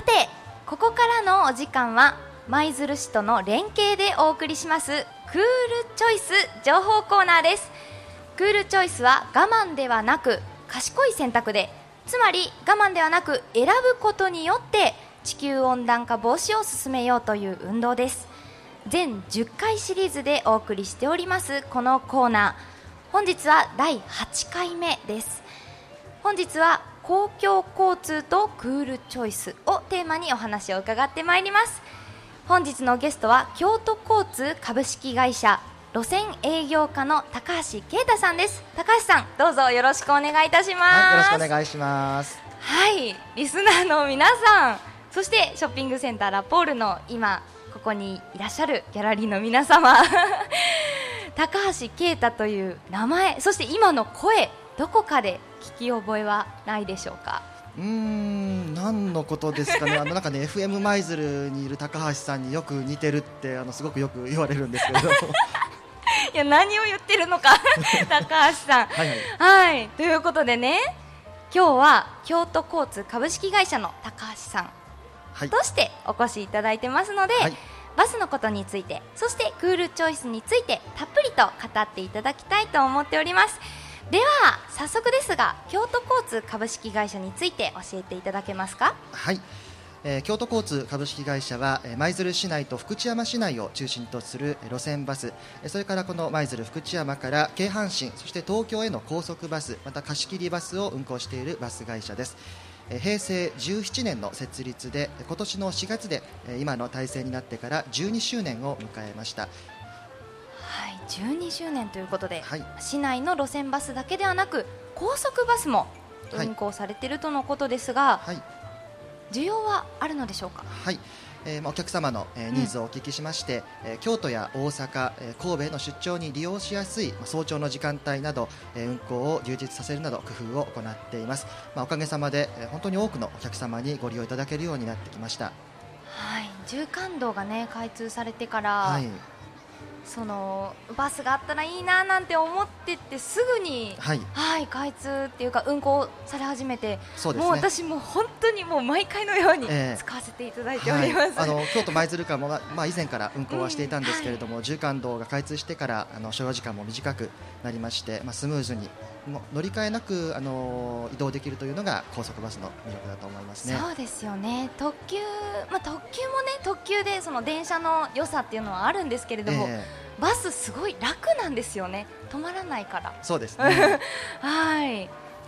さてここからのお時間は舞鶴市との連携でお送りしますクールチョイス情報コーナーです。クールチョイスは我慢ではなく賢い選択で、つまり我慢ではなく選ぶことによって地球温暖化防止を進めようという運動です。全10回シリーズでお送りしておりますこのコーナー、本日は第8回目です。本日は公共交通とクールチョイスをテーマにお話を伺ってまいります。本日のゲストは京都交通株式会社路線営業課の高橋啓太さんです。高橋さん、どうぞよろしくお願いいたします。 はい、よろしくお願いします。 はい、リスナーの皆さん、そしてショッピングセンターラポールの今ここにいらっしゃるギャラリーの皆様高橋啓太という名前、そして今の声、どこかで聞き覚えはないでしょうか？ 何のことですかね。なんかねFM 舞鶴にいる高橋さんによく似てるってすごくよく言われるんですけれどもいや、何を言ってるのか高橋さんはい、はいはい、ということでね、今日は京都交通株式会社の高橋さん、 はい、 としてお越しいただいてますので、 はい、 バスのことについて、そしてクールチョイスについてたっぷりと語っていただきたいと思っております。では早速ですが、京都交通株式会社について教えていただけますか？ はい、京都交通株式会社は舞鶴市内と福知山市内を中心とする路線バス、それからこの舞鶴福知山から京阪神、そして東京への高速バス、また貸し切りバスを運行しているバス会社です。平成17年の設立で、今年の4月で今の体制になってから12周年を迎えました。 はい、12周年ということで、 はい、 市内の路線バスだけではなく高速バスも運行されているとのことですが、 はい、 需要はあるのでしょうか？ はい、お客様のニーズをお聞きしまして、京都や大阪、神戸への出張に利用しやすい早朝の時間帯など、運行を充実させるなど工夫を行っています。おかげさまで本当に多くのお客様にご利用いただけるようになってきました。 はい、縦貫道がね開通されてから、 はい、 そのバスがあったらいいななんて思ってってすぐに、 はい、 はい、開通っていうか運行され始めて、 そうですね、 もう私も本当にもう毎回のように使わせていただいております。 京都舞鶴間も、以前から運行はしていたんですけれども、縦貫道が開通してから所要時間も短くなりまして、スムーズに乗り換えなく移動できるというのが高速バスの魅力だと思いますね。 そうですよね。特急もね特急でその電車の良さっていうのはあるんですけれども、バスすごい楽なんですよね、止まらないから。 そうですねはい、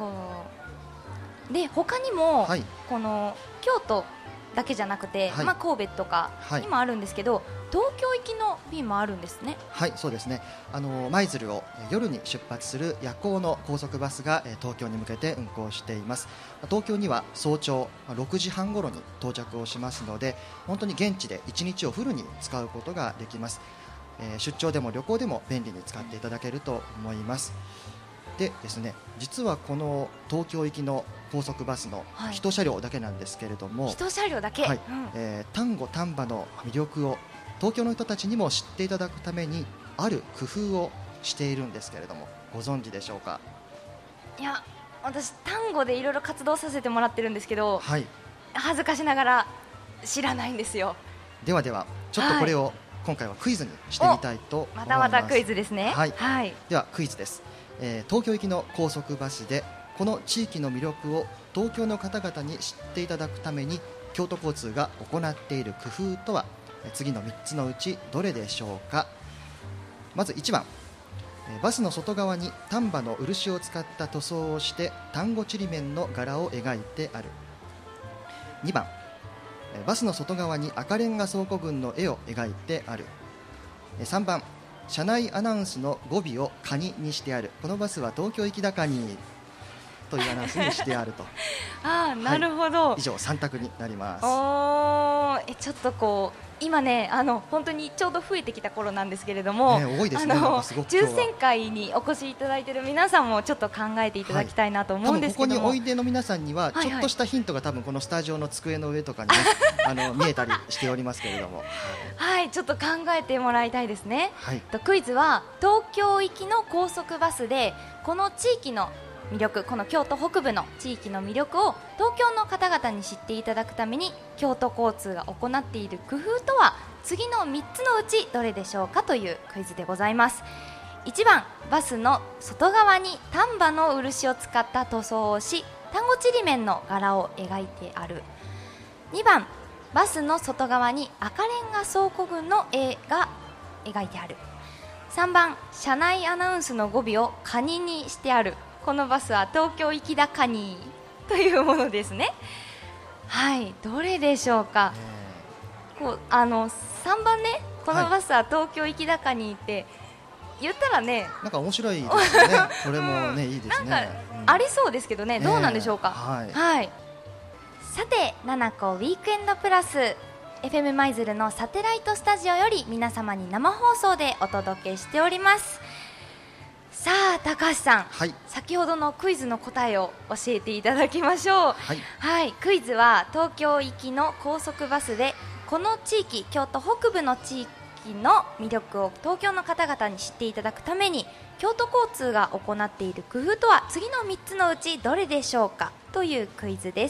で他にも、 はい、 この京都だけじゃなくて、 はい、 神戸とかにもあるんですけど、東京行きの便もあるんですね。はい、 そうですね。舞鶴を夜に出発する夜行の高速バスが東京に向けて運行しています。東京には早朝6時半頃に到着をしますので、本当に現地で1日をフルに使うことができます。出張でも旅行でも便利に使っていただけると思います。でですね、実はこの東京行きの高速バスの1車両だけなんですけれども、 1車両だけ、 丹後丹波の魅力を東京の人たちにも知っていただくためにある工夫をしているんですけれども、ご存知でしょうか？ いや、私丹後でいろいろ活動させてもらってるんですけど、 はい、 恥ずかしながら知らないんですよ。 ではちょっとこれを今回はクイズにしてみたいと思います。 またクイズですね。 はい、ではクイズです。東京行きの高速バスでこの地域の魅力を東京の方々に知っていただくために京都交通が行っている工夫とは次の3つのうちどれでしょうか？まず1番、バスの外側に丹波の漆を使った塗装をして丹後ちりめんの柄を描いてある。2番、バスの外側に赤レンガ倉庫群の絵を描いてある。3番、車内アナウンスの語尾をカニにしてある。このバスは東京行きだカニというアナウンスにしてあるとあ、なるほど、 以上3択になります。 ちょっと今ね、本当にちょうど増えてきた頃なんですけれども、 多いですね。 抽選会にお越しいただいている皆さんもちょっと考えていただきたいなと思うんですけども、 ここにおいでの皆さんにはちょっとしたヒントが多分このスタジオの机の上とかに、見えたりしておりますけれどもはい、ちょっと考えてもらいたいですね。 はい、 クイズは東京行きの高速バスでこの地域の魅力、この京都北部の地域の魅力を東京の方々に知っていただくために京都交通が行っている工夫とは次の3つのうちどれでしょうかというクイズでございます。1番、バスの外側に丹波の漆を使った塗装をし、丹後ちりめんの柄を描いてある。2番、バスの外側に赤レンガ倉庫群の絵が描いてある。3番、車内アナウンスの語尾をカニにしてある。このバスは東京行きだカニというものですね。はい、どれでしょうか。3番ね、このバスは東京行きだカニって言ったらね、 なんか面白いですよね。これもね、いいですね。 なんかありそうですけどね、どうなんでしょうか。はい、さて、7個ウィークエンドプラス FM 舞鶴のサテライトスタジオより皆様に生放送でお届けしております。さあ高橋さん、はい、先ほどのクイズの答えを教えていただきましょう。はい、はい、クイズは東京行きの高速バスでこの地域、京都北部の地域の魅力を東京の方々に知っていただくために京都交通が行っている工夫とは次の3つのうちどれでしょうかというクイズです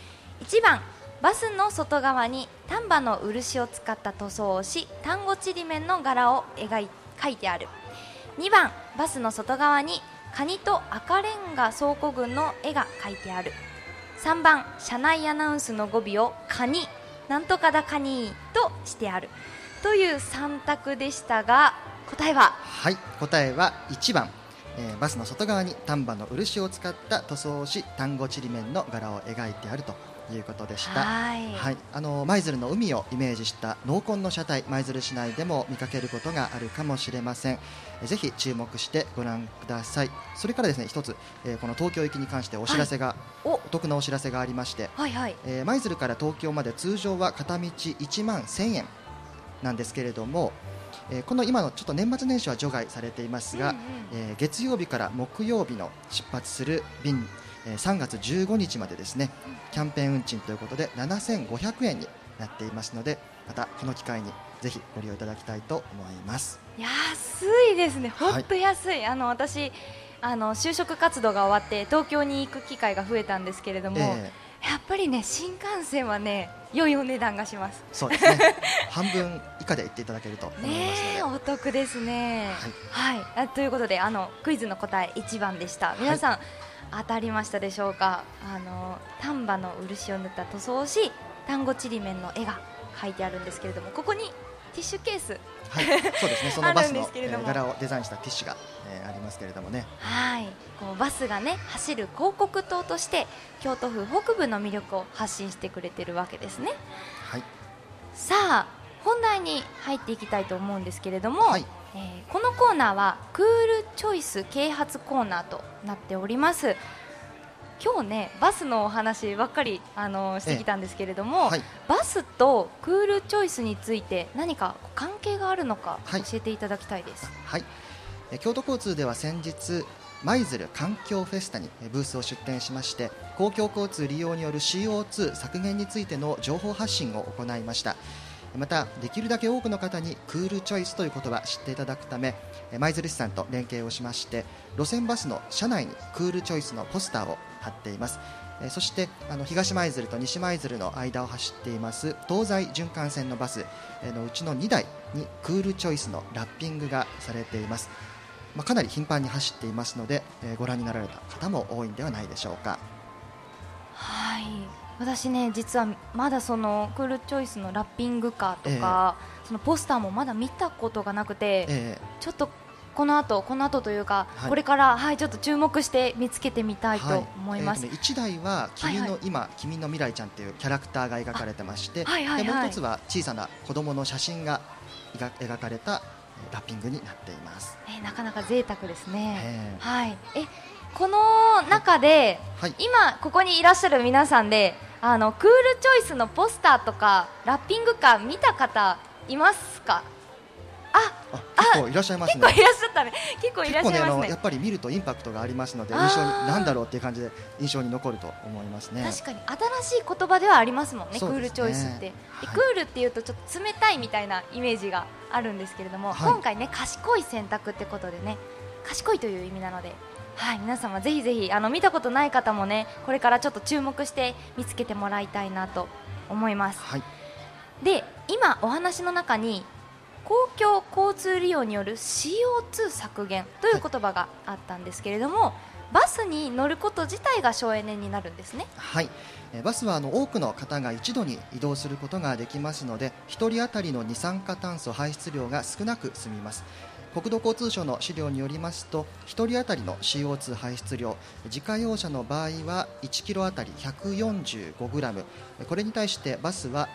。1番、バスの外側に丹波の漆を使った塗装をし、丹後ちりめんの柄を描いてある。2番、バスの外側にカニと赤レンガ倉庫群の絵が描いてある。3番、車内アナウンスの語尾をカニ、なんとかだカニとしてあるという3択でしたが、答えは？ はい、答えは1番、バスの外側に丹波の漆を使った塗装をし、丹後ちりめんの柄を描いてあるということでした。はい、舞鶴の海をイメージした濃紺の車体、舞鶴市内でも見かけることがあるかもしれません。ぜひ注目してご覧ください。それからですね、一つ、この東京行きに関してお知らせが、お得なお知らせがありまして、舞鶴から東京まで通常は片道1万1000円なんですけれども、この今のちょっと年末年始は除外されていますが、月曜日から木曜日の出発する便、3月15日までですね、キャンペーン運賃ということで7500円になっていますので、またこの機会にぜひご利用いただきたいと思います。 安いですね、本当安い。私就職活動が終わって東京に行く機会が増えたんですけれども、やっぱりね、新幹線はね、良いお値段がします。 そうですね半分以下で行っていただけると思いますので、 お得ですね。はい、ということでクイズの答え1番でした。皆さん、当たりましたでしょうか。丹波の漆を塗った塗装をし、丹後ちりめんの絵が描いてあるんですけれども、ここにティッシュケース、 そうですね、そのバスの柄をデザインしたティッシュが、ありますけれどもね、 はい、こうバスがね走る広告塔として京都府北部の魅力を発信してくれてるわけですね。はい、さあ本題に入っていきたいと思うんですけれども、このコーナーはクールチョイス啓発コーナーとなっております。今日ね、バスのお話ばっかりしてきたんですけれども、バスとクールチョイスについて何か関係があるのか教えていただきたいです。 京都交通では先日舞鶴環境フェスタにブースを出展しまして、公共交通利用による CO2 削減についての情報発信を行いました。またできるだけ多くの方にクールチョイスという言葉を知っていただくため、舞鶴市さんと連携をしまして路線バスの車内にクールチョイスのポスターを貼っています。そして東舞鶴と西舞鶴の間を走っています東西循環線のバスのうちの2台にクールチョイスのラッピングがされています。かなり頻繁に走っていますので、ご覧になられた方も多いんではないでしょうか。 はい、私ね、実はまだそのクールチョイスのラッピングカーとか、そのポスターもまだ見たことがなくて、ちょっとこの後というか、これから、ちょっと注目して見つけてみたいと思います。 1台は君の今、君の未来ちゃんというキャラクターが描かれてまして、もう一つは小さな子供の写真が描かれたラッピングになっています。 なかなか贅沢ですね。この中で、今ここにいらっしゃる皆さんでクールチョイスのポスターとかラッピングカー見た方いますか？ 結構いらっしゃいますね。 結構いらっしゃったね。結構いらっしゃいますね。 やっぱり見るとインパクトがありますので、印象になんだろうっていう感じで印象に残ると思いますね。 確かに新しい言葉ではありますもんね、クールチョイスって。クールっていうとちょっと冷たいみたいなイメージがあるんですけれども、今回ね、賢い選択ってことでね、賢いという意味なのではい、皆様ぜひぜひ見たことない方もね、これからちょっと注目して見つけてもらいたいなと思います。 はい、 で、今お話の中に公共交通利用による CO2 削減という言葉があったんですけれども、バスに乗ること自体が省エネになるんですね。 はい、バスは多くの方が一度に移動することができますので、1人当たりの二酸化炭素排出量が少なく済みます。国土交通省の資料によりますと、1人当たりの CO2 排出量、自家用車の場合は1キロ当たり145グラム、これに対してバスは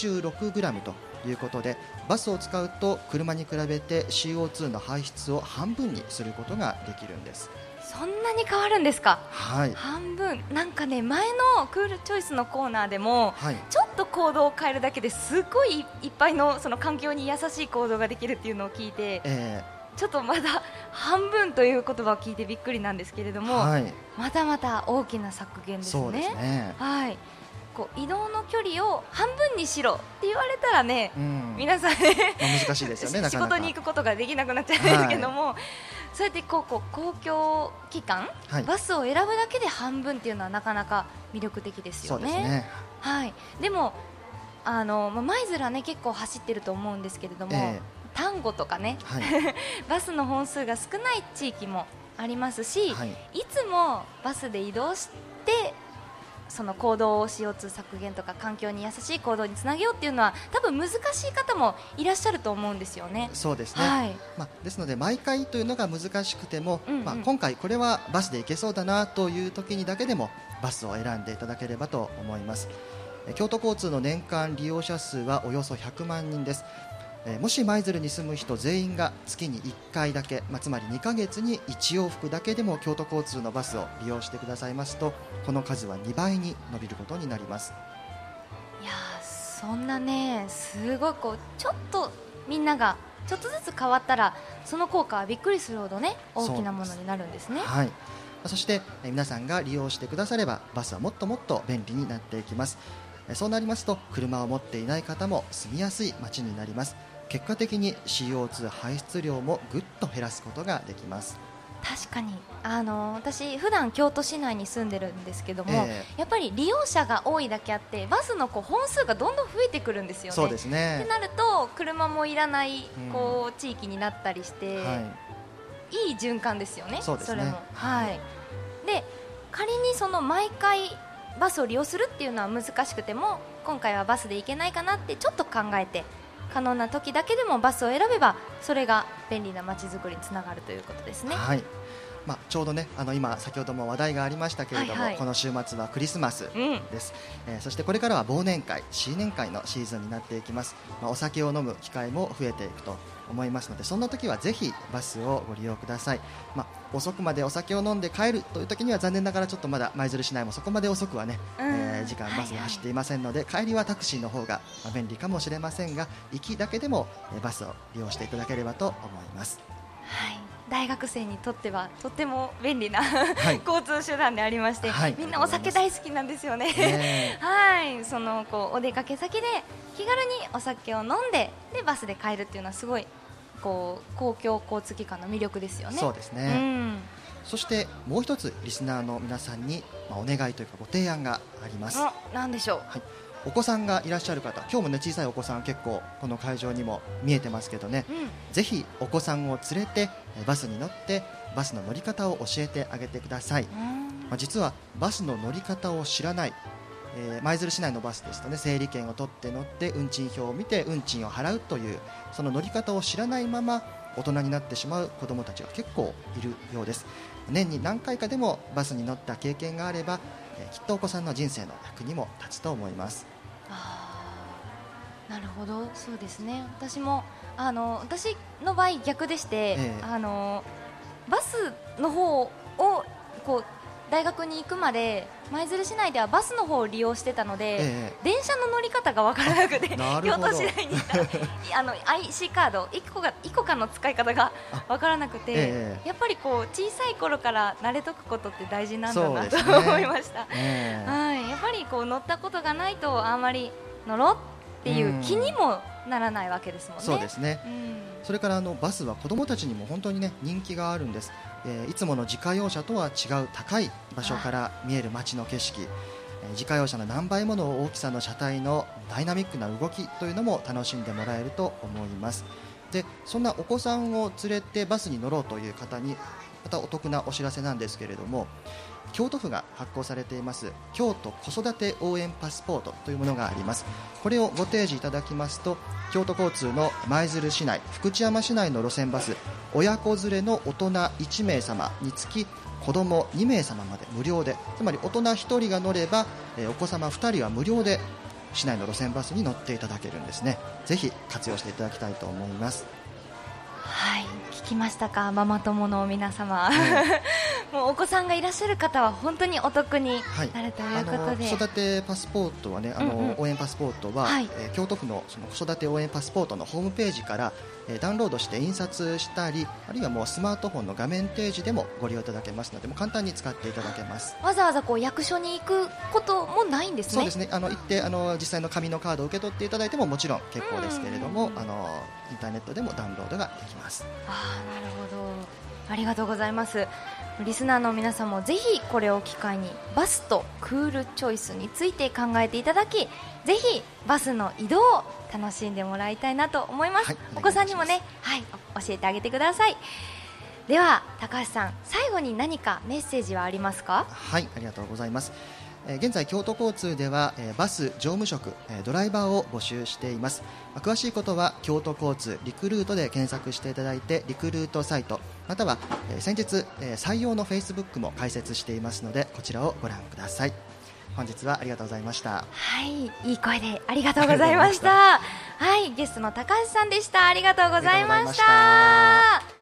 66グラムということで、バスを使うと車に比べて CO2 の排出を半分にすることができるんです。 そんなに変わるんですか？ はい、 半分。なんかね、前のクールチョイスのコーナーでも、 はい、 ちょっと行動を変えるだけですごいいっぱいのその環境に優しい行動ができるっていうのを聞いて、ちょっとまだ半分という言葉を聞いてびっくりなんですけれども、 はい、 またまた大きな削減ですね。 そうですね。 はい、こう移動の距離を半分にしろって言われたらね、皆さんね、 難しいですよね。なかなか仕事に行くことができなくなっちゃうんですけども、そうやって公共機関、 はい、 バスを選ぶだけで半分っていうのはなかなか魅力的ですよね。 そうですね。 はい、でも舞鶴ね、結構走ってると思うんですけれども、丹後とかね、 はい、 バスの本数が少ない地域もありますし、 はい、 いつもバスで移動してその行動を CO2 削減とか環境に優しい行動につなげようっていうのは多分難しい方もいらっしゃると思うんですよね。 そうですね、 はい、 ですので毎回というのが難しくても、今回これはバスで行けそうだなという時にだけでもバスを選んでいただければと思います。京都交通の年間利用者数はおよそ100万人です。もし舞鶴に住む人全員が月に1回だけ、つまり2ヶ月に1往復だけでも京都交通のバスを利用してくださいますと、この数は2倍に伸びることになります。 いやそんなね、すごいちょっとみんながちょっとずつ変わったらその効果はびっくりするほどね、大きなものになるんですね。 はい、そして皆さんが利用してくださればバスはもっともっと便利になっていきます。そうなりますと車を持っていない方も住みやすい街になります。結果的に CO2 排出量もぐっと減らすことができます。 確かに私普段京都市内に住んでるんですけども、やっぱり利用者が多いだけあってバスの本数がどんどん増えてくるんですよね。 そうですね。 ってなると車もいらない地域になったりして、いい循環ですよね。 そうですね。 それも、はい、で仮にその毎回バスを利用するっていうのは難しくても、今回はバスで行けないかなってちょっと考えて可能な時だけでもバスを選べばそれが便利な街づくりにつながるということですね。 はい、ちょうどね今先ほども話題がありましたけれども、この週末はクリスマスです、そしてこれからは忘年会新年会のシーズンになっていきます。お酒を飲む機会も増えていくと思いますので、そんな時はぜひバスをご利用ください。遅くまでお酒を飲んで帰るという時には残念ながらちょっとまだ舞鶴市内もそこまで遅くはね、時間バスが走っていませんので、帰りはタクシーの方が便利かもしれませんが、行きだけでもバスを利用していただければと思います。 はい、大学生にとってはとても便利な、交通手段でありまして、みんなお酒大好きなんですよね。はい、そのお出かけ先で気軽にお酒を飲んで、バスで帰るっていうのはすごい公共交通機関の魅力ですよね。 そうですね、そしてもう一つリスナーの皆さんに、お願いというかご提案があります。 何でしょう。 お子さんがいらっしゃる方、今日もね小さいお子さん結構この会場にも見えてますけどね、ぜひお子さんを連れてバスに乗ってバスの乗り方を教えてあげてください。実はバスの乗り方を知らない、舞鶴市内のバスですとね、整理券を取って乗って運賃表を見て運賃を払うという、その乗り方を知らないまま大人になってしまう子どもたちが結構いるようです。年に何回かでもバスに乗った経験があれば、きっとお子さんの人生の役にも立つと思います。 なるほど、そうですね。私も私の場合逆でして、バスの方を大学に行くまで舞鶴市内ではバスの方を利用してたので、電車の乗り方が分からなくて、京都市内にいたらIC カード1個かの使い方が分からなくて、やっぱり小さい頃から慣れとくことって大事なんだなと思いました。やっぱり乗ったことがないとあんまり乗ろうっていう気にもならないわけですもんね。 そうですね、それからバスは子どもたちにも本当にね人気があるんです。 いつもの自家用車とは違う高い場所から見える街の景色、自家用車の何倍もの大きさの車体のダイナミックな動きというのも楽しんでもらえると思います。でそんなお子さんを連れてバスに乗ろうという方にまたお得なお知らせなんですけれども、京都府が発行されています京都子育て応援パスポートというものがあります。これをご提示いただきますと、京都交通の舞鶴市内、福知山市内の路線バス、親子連れの大人1名様につき子供2名様まで無料で、つまり大人1人が乗れば、お子様2人は無料で市内の路線バスに乗っていただけるんですね。ぜひ活用していただきたいと思います。 はい、聞きましたか、ママ友の皆様、もうお子さんがいらっしゃる方は本当にお得になるということで、 子育てパスポートはね、応援パスポートは、京都府のその子育て応援パスポートのホームページからダウンロードして印刷したり、あるいはもうスマートフォンの画面提示でもご利用いただけますので、もう簡単に使っていただけます。 わざわざこう役所に行くこともないんですね。 そうですね、行って実際の紙のカードを受け取っていただいてももちろん結構ですけれども、インターネットでもダウンロードができます。 なるほど、ありがとうございます。リスナーの皆さんもぜひこれを機会にバスとクールチョイスについて考えていただき、ぜひバスの移動を楽しんでもらいたいなと思います。お子さんにもね、教えてあげてください。では高橋さん、最後に何かメッセージはありますか？ はい、ありがとうございます。現在京都交通ではバス乗務職ドライバーを募集しています。詳しいことは京都交通リクルートで検索していただいて、リクルートサイトまたは先日採用のフェイスブックも開設していますので、こちらをご覧ください。本日はありがとうございました。 はい、いい声でありがとうございました。はい、ゲストの高橋さんでした。ありがとうございました。